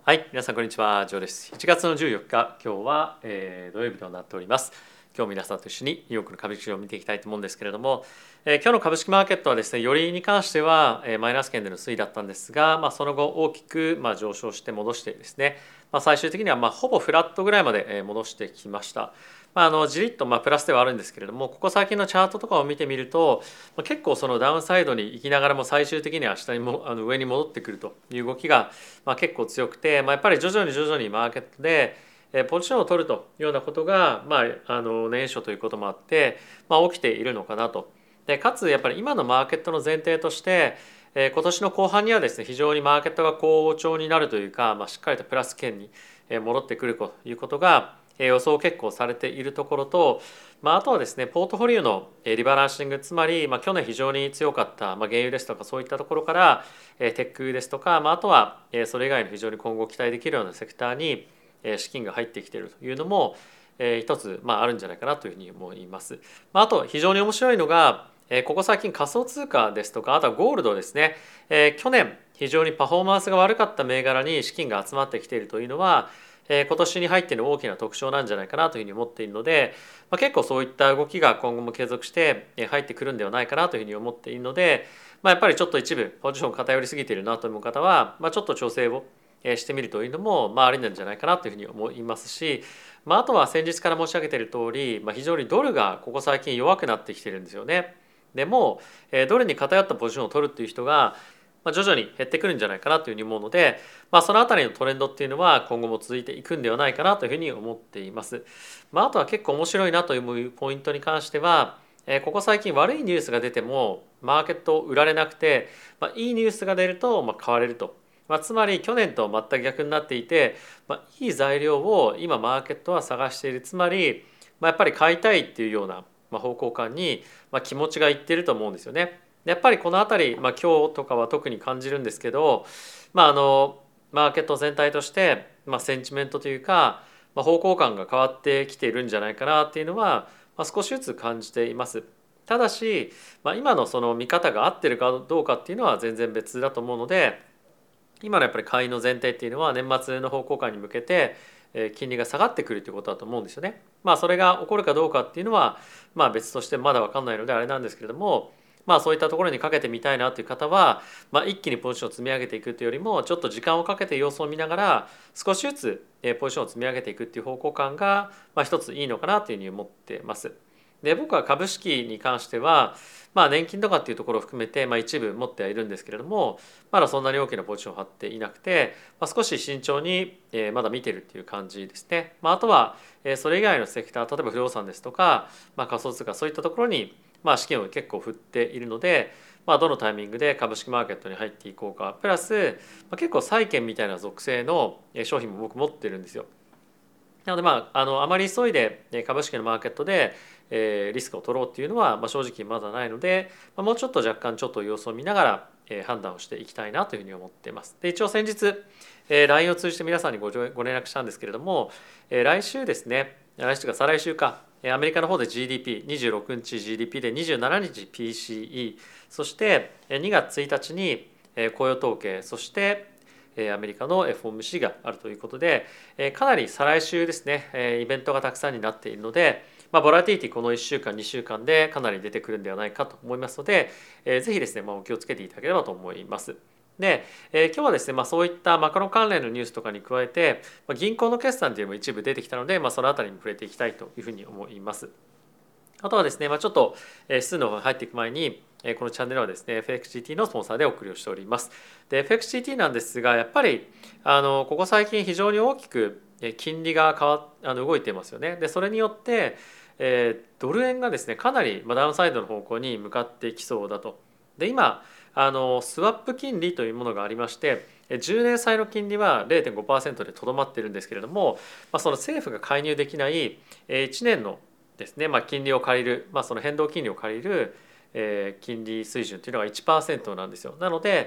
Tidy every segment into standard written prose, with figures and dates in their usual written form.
はい、皆さんこんにちは、ジョーです。1月の14日、今日は、土曜日となっております。今日皆さんと一緒にニューヨークの株式市場を見ていきたいと思うんですけれども、今日の株式マーケットはですね、よりに関しては、マイナス圏での推移だったんですが、その後大きく、上昇して戻してですね、最終的にはほぼフラットぐらいまで戻してきました。じりっとプラスではあるんですけれども、ここ最近のチャートとかを見てみると、結構そのダウンサイドに行きながらも最終的には下にも上に戻ってくるという動きが結構強くて、やっぱり徐々にマーケットでポジションを取るというようなことが、年初ということもあって、起きているのかなと。でかつやっぱり今のマーケットの前提として、今年の後半にはですね非常にマーケットが好調になるというか、しっかりとプラス圏に戻ってくるということが予想結構されているところと、あとはですねポートフォリオのリバランシング、つまり去年非常に強かった原油ですとかそういったところからテックですとか、あとはそれ以外の非常に今後期待できるようなセクターに資金が入ってきているというのも一つあるんじゃないかなというふうに思います。あと非常に面白いのがここ最近仮想通貨ですとか、あとはゴールドですね。去年非常にパフォーマンスが悪かった銘柄に資金が集まってきているというのは今年に入っての大きな特徴なんじゃないかなというふうに思っているので、結構そういった動きが今後も継続して入ってくるんではないかなというふうに思っているので、やっぱりちょっと一部ポジション偏りすぎているなと思う方は、ちょっと調整をしてみるというのもありなんじゃないかなというふうに思いますし、あとは先日から申し上げている通り、非常にドルがここ最近弱くなってきてるんですよね。でもドルに偏ったポジションを取るっていう人が徐々に減ってくるんじゃないかなというふうに思うので、そのあたりのトレンドっていうのは今後も続いていくんではないかなというふうに思っています。あとは結構面白いなというポイントに関しては、ここ最近悪いニュースが出てもマーケットを売られなくて、いいニュースが出ると買われると。つまり去年と全く逆になっていて、いい材料を今マーケットは探している。つまり、やっぱり買いたいっていうような方向感に気持ちがいっていると思うんですよね。やっぱりこの辺り、今日とかは特に感じるんですけど、マーケット全体として、センチメントというか、方向感が変わってきているんじゃないかなっていうのは、少しずつ感じています。ただし、今のその見方が合ってるかどうかっていうのは全然別だと思うので、今のやっぱり買いの前提っていうのは年末の方向感に向けて金利が下がってくるということだと思うんですよね。それが起こるかどうかっていうのは別としてまだ分かんないのであれなんですけれども、そういったところにかけてみたいなという方は、一気にポジションを積み上げていくというよりもちょっと時間をかけて様子を見ながら少しずつポジションを積み上げていくっていう方向感が一ついいのかなというふうに思ってます。で僕は株式に関しては、年金とかっていうところを含めて、一部持ってはいるんですけれども、まだそんなに大きなポジションを張っていなくて、少し慎重にまだ見てるっていう感じですね。あとはそれ以外のセクター、例えば不動産ですとか、仮想通貨そういったところに資金を結構振っているので、どのタイミングで株式マーケットに入っていこうか、プラス結構債券みたいな属性の商品も僕持ってるんですよ。なのであまり急いで株式のマーケットでリスクを取ろうっていうのは正直まだないので、もうちょっと若干ちょっと様子を見ながら判断をしていきたいなというふうに思っています。で一応先日 LINE を通じて皆さんにご連絡したんですけれども、来週ですね、来週か再来週か、アメリカの方で GDP26 日 GDP で27日 PCE、 そして2月1日に雇用統計、そしてアメリカの FOMC があるということで、かなり再来週ですねイベントがたくさんになっているので、ボラティリティこの1週間2週間でかなり出てくるんではないかと思いますので、ぜひですねお気をつけていただければと思います。で、今日はですね、そういったマクロ関連のニュースとかに加えて、銀行の決算というのも一部出てきたので、そのあたりに触れていきたいというふうに思います。あとはですね、ちょっと指数の方に入っていく前に、このチャンネルはですね FXGT のスポンサーでお送りをしております。で FXGT なんですが、やっぱりここ最近非常に大きく金利が動いていますよね。でそれによってドル円がですねかなりダウンサイドの方向に向かってきそうだと。で今スワップ金利というものがありまして、10年債の金利は 0.5% でとどまっているんですけれども、その政府が介入できない1年のですね、金利を借りる、その変動金利を借りる金利水準というのが 1% なんですよ。なので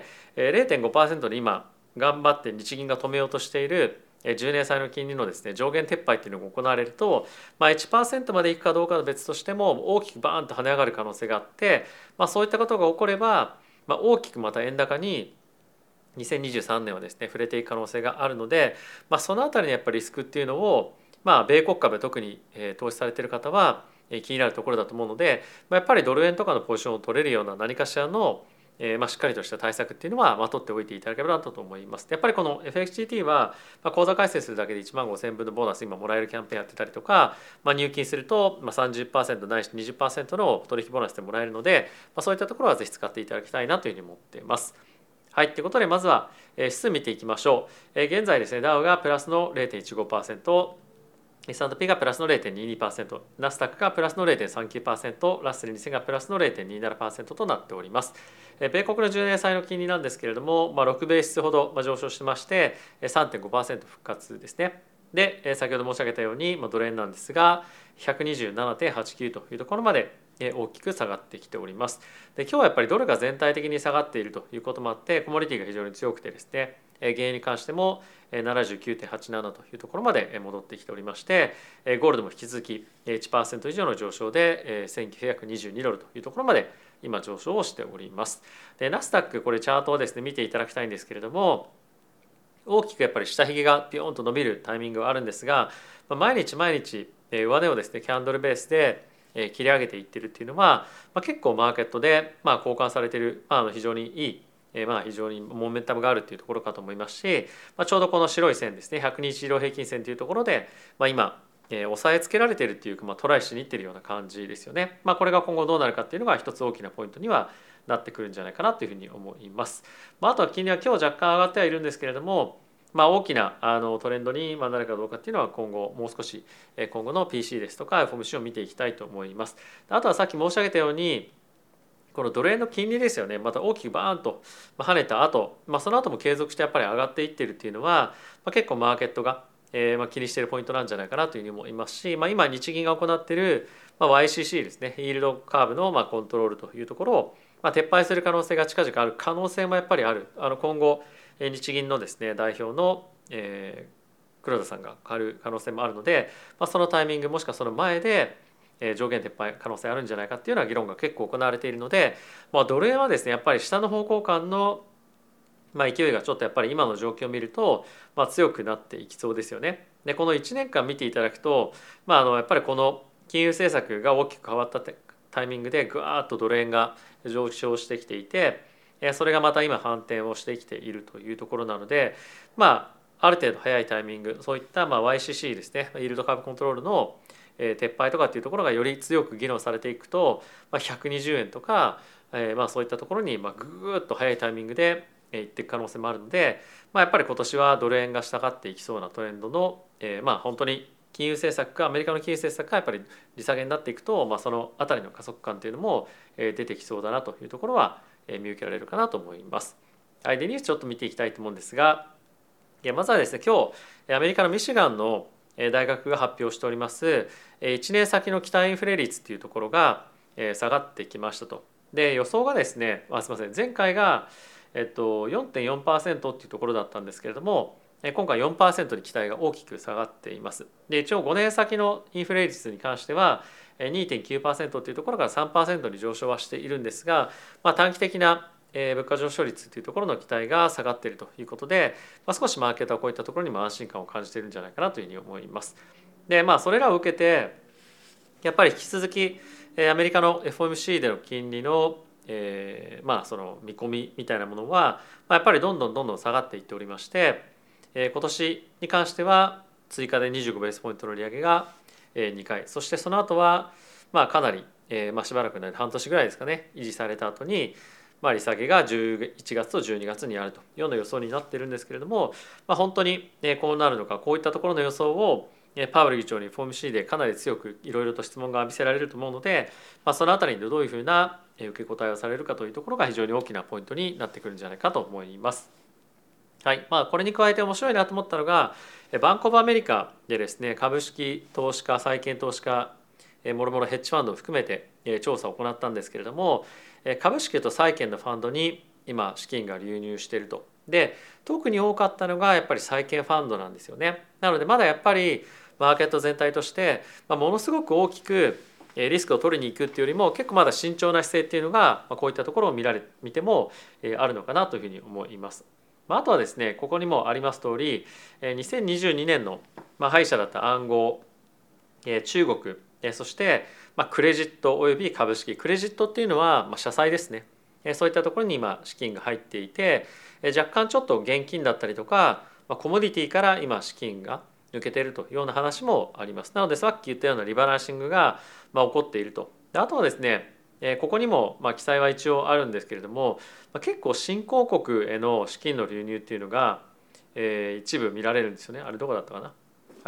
0.5% で今頑張って日銀が止めようとしている10年債の金利のですね上限撤廃っていうのが行われると、1% までいくかどうかは別としても大きくバーンと跳ね上がる可能性があって、そういったことが起これば、大きくまた円高に 2023年はですね触れていく可能性があるので、そのあたりのやっぱりリスクっていうのを、米国株特に投資されている方は気になるところだと思うので、やっぱりドル円とかのポジションを取れるような何かしらのしっかりとした対策っていうのは取っておいていただければなと思います。やっぱりこの FXGT は口座開設するだけで1万5,000分のボーナス今もらえるキャンペーンやってたりとか、入金すると 30% ないし 20% の取引ボーナスでもらえるので、そういったところはぜひ使っていただきたいなというふうに思っています。はい、ということでまずは指数見ていきましょう。現在ですね、ダウがプラスの 0.15%、S&P がプラスの 0.22%、ナスダックがプラスの 0.39%、ラッセル2000がプラスの 0.27% となっております。米国の10年債の金利なんですけれども、6ベーシスほど上昇してまして 3.5% 復活ですね。で、先ほど申し上げたようにドル円なんですが 127.89 というところまで大きく下がってきております。で、今日はやっぱりドルが全体的に下がっているということもあってコモディティが非常に強くてですね、原油に関しても 79.87 というところまで戻ってきておりまして、ゴールドも引き続き 1% 以上の上昇で1922ドルというところまで今上昇をしております。で、ナスダックこれチャートをですね見ていただきたいんですけれども、大きくやっぱり下髭がピヨンと伸びるタイミングがあるんですが、毎日毎日上値をですねキャンドルベースで切り上げていってるっていうのは、結構マーケットで交換されている非常にいい非常にモメンタムがあるというところかと思いますし、ちょうどこの白い線ですね100日移動平均線というところで、今押さえつけられているっていうか、トライしにいってるような感じですよね。これが今後どうなるかっていうのが一つ大きなポイントにはなってくるんじゃないかなというふうに思います。あとは金利は今日若干上がってはいるんですけれども、大きなトレンドになるかどうかっていうのは今後もう少し今後の PC ですとか FOMC を見ていきたいと思います。あとはさっき申し上げたようにこのドル円の金利ですよね、また大きくバーンと跳ねた後、その後も継続してやっぱり上がっていってるっていうのは、結構マーケットが気にしているポイントなんじゃないかなというふうに思いますし、今日銀が行っている YCC ですね、イールドカーブのコントロールというところを撤廃する可能性が近々ある可能性もやっぱりある。今後日銀のですね代表の黒田さんが変わる可能性もあるので、そのタイミングもしくはその前で上限撤廃可能性あるんじゃないかっていうような議論が結構行われているので、ドル円はですねやっぱり下の方向感の勢いがちょっとやっぱり今の状況を見ると強くなっていきそうですよね。で、この1年間見ていただくと、やっぱりこの金融政策が大きく変わったタイミングでぐわーっとドル円が上昇してきていて、それがまた今反転をしてきているというところなので、ある程度早いタイミング、そういった YCC ですね、イールドカーブコントロールの撤廃とかっていうところがより強く議論されていくと、120円とか、そういったところにぐーっと早いタイミングでいっていく可能性もあるので、やっぱり今年はドル円が下がっていきそうなトレンドの、本当に金融政策かアメリカの金融政策がやっぱり利下げになっていくと、そのあたりの加速感というのも出てきそうだなというところは見受けられるかなと思います。はい、でニュースちょっと見ていきたいと思うんですが、まずはですね今日アメリカのミシガンの大学が発表しております1年先の期待インフレ率っていうところが下がってきましたと。で、予想がですね、すみません、前回が4.4% っていうところだったんですけれども、今回 4% に期待が大きく下がっています。で、一応5年先のインフレ率に関しては 2.9% っていうところから 3% に上昇はしているんですが、短期的な物価上昇率というところの期待が下がっているということで、少しマーケットはこういったところにも安心感を感じているんじゃないかなというふうに思います。で、それらを受けてやっぱり引き続きアメリカの FOMC での金利のその見込みみたいなものはやっぱりどんどん下がっていっておりまして、今年に関しては追加で25ベースポイントの利上げが2回、そしてその後はかなりしばらく半年ぐらいですかね維持された後に利下げが11月と12月にあるというような予想になっているんですけれども、本当にこうなるのか、こういったところの予想をパウエル議長に FOMC でかなり強くいろいろと質問が浴びせられると思うので、そのあたりでどういうふうな受け答えをされるかというところが非常に大きなポイントになってくるんじゃないかと思います。はい、これに加えて面白いなと思ったのがバンコブアメリカでですね、株式投資家、債券投資家、もろもろヘッジファンドを含めて調査を行ったんですけれども、株式と債券のファンドに今資金が流入していると。で、特に多かったのがやっぱり債券ファンドなんですよね。なのでまだやっぱりマーケット全体としてものすごく大きくリスクを取りに行くっていうよりも結構まだ慎重な姿勢っていうのがこういったところを見てもあるのかなというふうに思います。 あとはですね、ここにもあります通り、2022年の敗者だった暗号、中国、そしてクレジットおよび株式、クレジットっていうのは社債ですね。そういったところに今資金が入っていて、若干ちょっと現金だったりとかコモディティから今資金が抜けているというような話もあります。なのでさっき言ったようなリバランシングが起こっていると。あとはですね、ここにも記載は一応あるんですけれども、結構新興国への資金の流入っていうのが一部見られるんですよね。あれどこだったかな。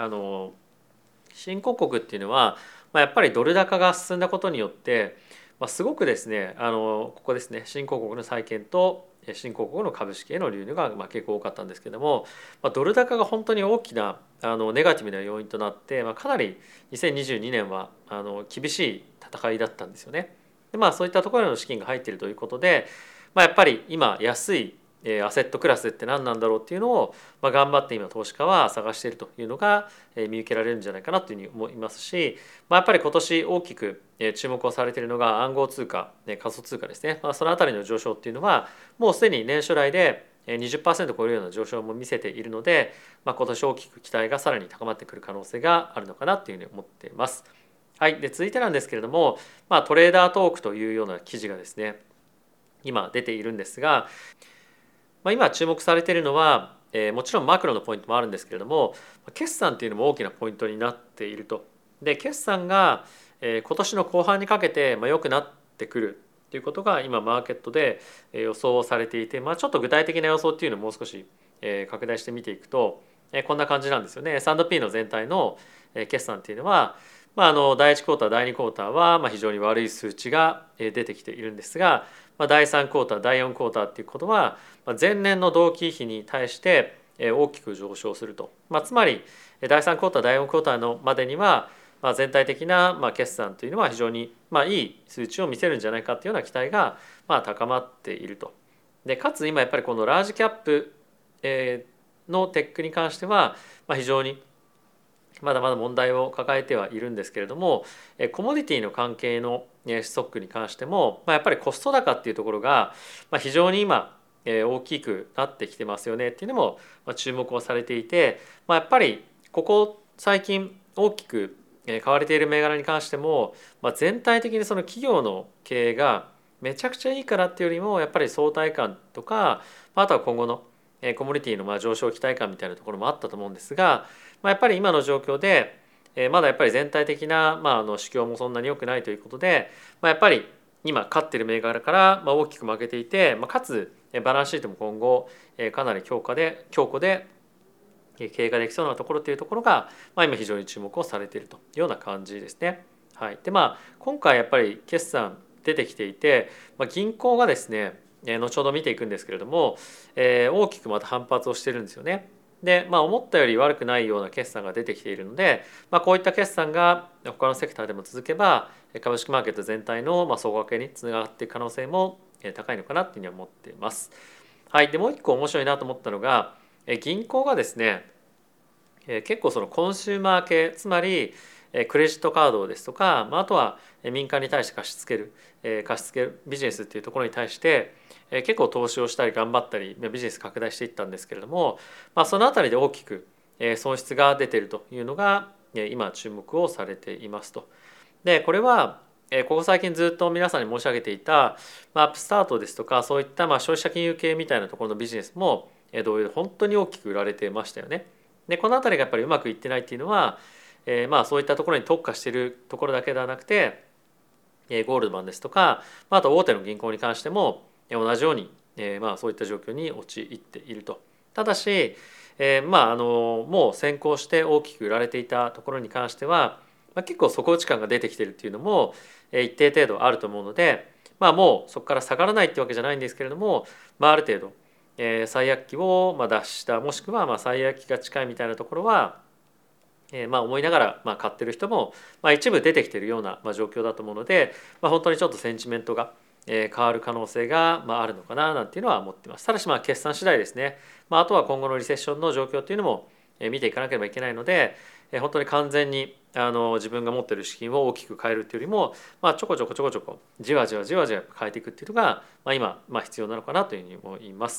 新興国っていうのはやっぱりドル高が進んだことによってすごくですね、ここですね、新興国の債券と新興国の株式への流入が結構多かったんですけども、ドル高が本当に大きなネガティブな要因となって、かなり2022年は厳しい戦いだったんですよね。でそういったところへの資金が入っているということで、やっぱり今安いアセットクラスって何なんだろうっていうのを頑張って今投資家は探しているというのが見受けられるんじゃないかなというふうに思いますし、やっぱり今年大きく注目をされているのが暗号通貨、仮想通貨ですね。そのあたりの上昇っていうのはもうすでに年初来で20%超えるような上昇も見せているので、今年大きく期待がさらに高まってくる可能性があるのかなというふうに思っています。はい、で続いてなんですけれども、トレーダートークというような記事がですね今出ているんですが、今注目されているのはもちろんマクロのポイントもあるんですけれども、決算っていうのも大きなポイントになっていると。で決算が今年の後半にかけて良くなってくるということが今マーケットで予想されていて、ちょっと具体的な予想っていうのをもう少し拡大して見ていくとこんな感じなんですよね。S&P の全体の決算っていうのは第1クォーター第2クォーターは非常に悪い数値が出てきているんですが、第3クォーター第4クォーターっていうことは前年の同期比に対して大きく上昇すると、つまり第3クォーター第4クォーターのまでには全体的な決算というのは非常にいい数値を見せるんじゃないかというような期待が高まっていると。でかつ今やっぱりこのラージキャップのテックに関しては非常にまだまだ問題を抱えてはいるんですけれども、コモディティの関係のストックに関してもやっぱりコスト高っていうところが非常に今大きくなってきてますよねっていうのも注目をされていて、やっぱりここ最近大きく買われている銘柄に関しても全体的にその企業の経営がめちゃくちゃいいからっていうよりもやっぱり相対感とか、あとは今後のコモディティの上昇期待感みたいなところもあったと思うんですが、やっぱり今の状況でまだやっぱり全体的な市況もそんなに良くないということで、やっぱり今勝ってる銘柄から大きく負けていて、かつバランスシートも今後かなり強固で経営ができそうなところというところが今非常に注目をされているというような感じですね。はい、で今回やっぱり決算出てきていて、銀行がですね後ほど見ていくんですけれども、大きくまた反発をしてるんですよね。で思ったより悪くないような決算が出てきているので、こういった決算が他のセクターでも続けば株式マーケット全体の底上げにつながっていく可能性も高いのかなというふうに思っています。はい、でもう一個面白いなと思ったのが銀行がですね結構そのコンシューマー系、つまりクレジットカードですとか、あとは民間に対して貸し付けるビジネスっていうところに対して結構投資をしたり頑張ったりビジネス拡大していったんですけれども、そのあたりで大きく損失が出ているというのが今注目をされていますと。でこれはここ最近ずっと皆さんに申し上げていたアップスタートですとかそういった消費者金融系みたいなところのビジネスも同様で本当に大きく売られてましたよね。でこのあたりがやっぱりうまくいってないっていうのはそういったところに特化しているところだけではなくてゴールドマンですとかあと大手の銀行に関しても同じようにそういった状況に陥っていると。ただしもう先行して大きく売られていたところに関しては結構底打ち感が出てきているっていうのも一定程度あると思うので、もうそこから下がらないってわけじゃないんですけれども、ある程度最悪期を脱したもしくは最悪期が近いみたいなところは思いながら買ってる人も一部出てきているような状況だと思うので、本当にちょっとセンチメントが変わる可能性があるのかななんていうのは思っています。ただし決算次第ですね。あとは今後のリセッションの状況っていうのも見ていかなければいけないので、本当に完全に自分が持っている資金を大きく変えるっていうよりもちょこちょこちょこちょこじわじわじわじわ変えていくっていうのが今必要なのかなというふうに思います。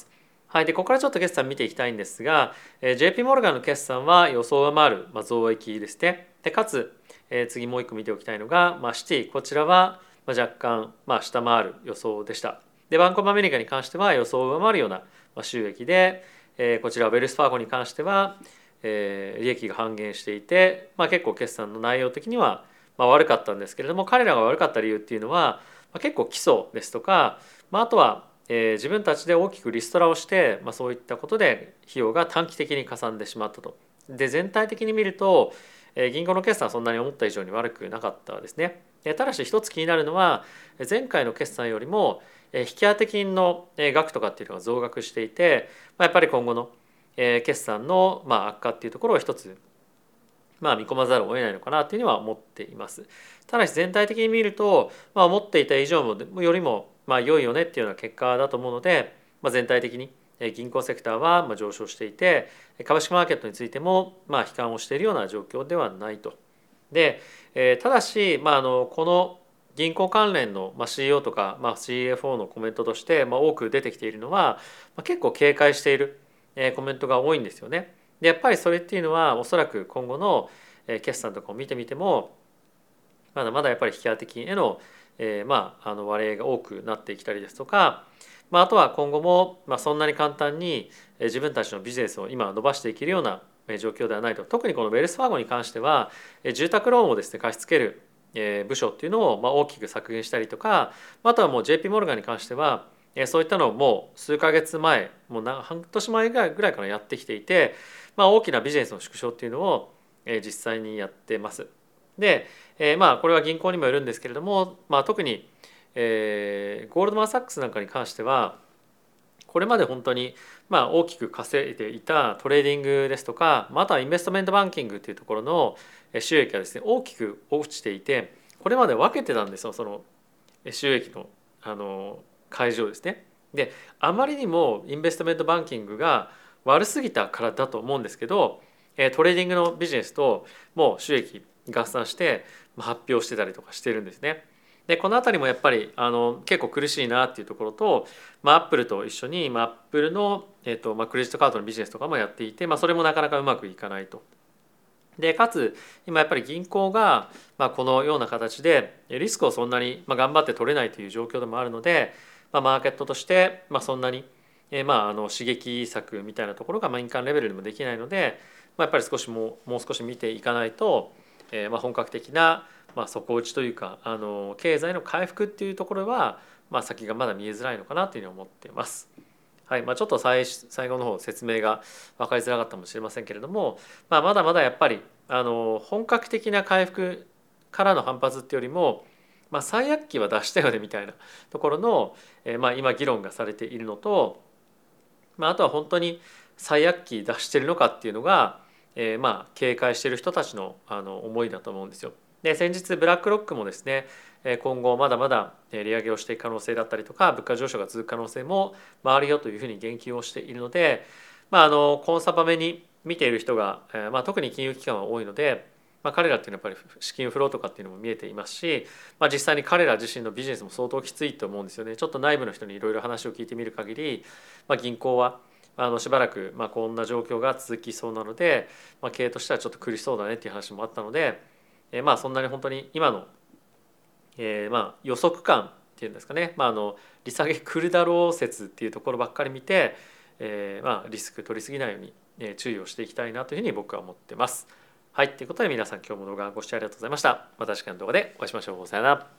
はい、でここからちょっと決算見ていきたいんですが、JP モルガンの決算は予想を上回る、増益ですね。でかつ、次もう一個見ておきたいのが、シティ、こちらは若干、下回る予想でした。でバンコブアメリカに関しては予想を上回るような収益で、こちらウェルスファーゴに関しては、利益が半減していて、結構決算の内容的には悪かったんですけれども、彼らが悪かった理由っていうのは、結構基礎ですとか、あとは自分たちで大きくリストラをして、そういったことで費用が短期的にかさんでしまったと。で全体的に見ると銀行の決算はそんなに思った以上に悪くなかったですね。ただし一つ気になるのは前回の決算よりも引き当て金の額とかっていうのが増額していて、やっぱり今後の決算の悪化っていうところを一つ見込まざるを得ないのかなというのは思っています。ただし全体的に見ると、思っていた以上もよりも良いよねっていうような結果だと思うので、全体的に銀行セクターは上昇していて、株式マーケットについても悲観をしているような状況ではないと。でただし、この銀行関連の CEO とか CFO のコメントとして多く出てきているのは、結構警戒しているコメントが多いんですよね。でやっぱりそれっていうのはおそらく今後の決算とかを見てみてもまだまだやっぱり引き当て金への割合が多くなってきたりですとか、あとは今後もそんなに簡単に自分たちのビジネスを今伸ばしていけるような状況ではないと。特にこのウェルスファーゴに関しては住宅ローンをですね貸し付ける部署っていうのを大きく削減したりとか、あとはもう JP モルガンに関してはそういったのをもう数ヶ月前もう半年前ぐらいからやってきていて、大きなビジネスの縮小っていうのを実際にやってます。でこれは銀行にもよるんですけれども、特にゴールドマン・サックスなんかに関してはこれまで本当に大きく稼いでいたトレーディングですとか、あとはインベストメントバンキングっていうところの収益がですね大きく落ちていて、これまで分けてたんですよ、その収益の開示をですね。であまりにもインベストメントバンキングが悪すぎたからだと思うんですけど、トレーディングのビジネスともう収益合算して発表してたりとかしてるんですね。でこの辺りもやっぱり結構苦しいなっていうところと、アップルと一緒にアップルの、クレジットカードのビジネスとかもやっていて、それもなかなかうまくいかないと。でかつ今やっぱり銀行がこのような形でリスクをそんなに頑張って取れないという状況でもあるので、マーケットとしてそんなに刺激策みたいなところが民間レベルでもできないので、やっぱりもう少し見ていかないと本格的な底打ちというか経済の回復っていうところは先がまだ見えづらいのかなというふうに思っています。はい、ちょっと最後の方説明が分かりづらかったかもしれませんけれども、まだまだやっぱり本格的な回復からの反発っていうよりも、最悪期は出したよねみたいなところの、今議論がされているのと、あとは本当に最悪期出してるのかっていうのが、警戒している人たちの思いだと思うんですよ。で先日ブラックロックもですね今後まだまだ利上げをしていく可能性だったりとか物価上昇が続く可能性もあるよというふうに言及をしているので、コンサバめに見ている人が、特に金融機関は多いので、彼らっていうのはやっぱり資金フローとかっていうのも見えていますし、実際に彼ら自身のビジネスも相当きついと思うんですよね。ちょっと内部の人にいろいろ話を聞いてみる限り、銀行はしばらくこんな状況が続きそうなので、経営としてはちょっと苦しそうだねっていう話もあったので、そんなに本当に今の、予測感っていうんですかね、利下げ来るだろう説っていうところばっかり見て、リスク取りすぎないように注意をしていきたいなというふうに僕は思ってます。はい、ということで皆さん今日も動画ご視聴ありがとうございました。また次回の動画でお会いしましょう。さよなら。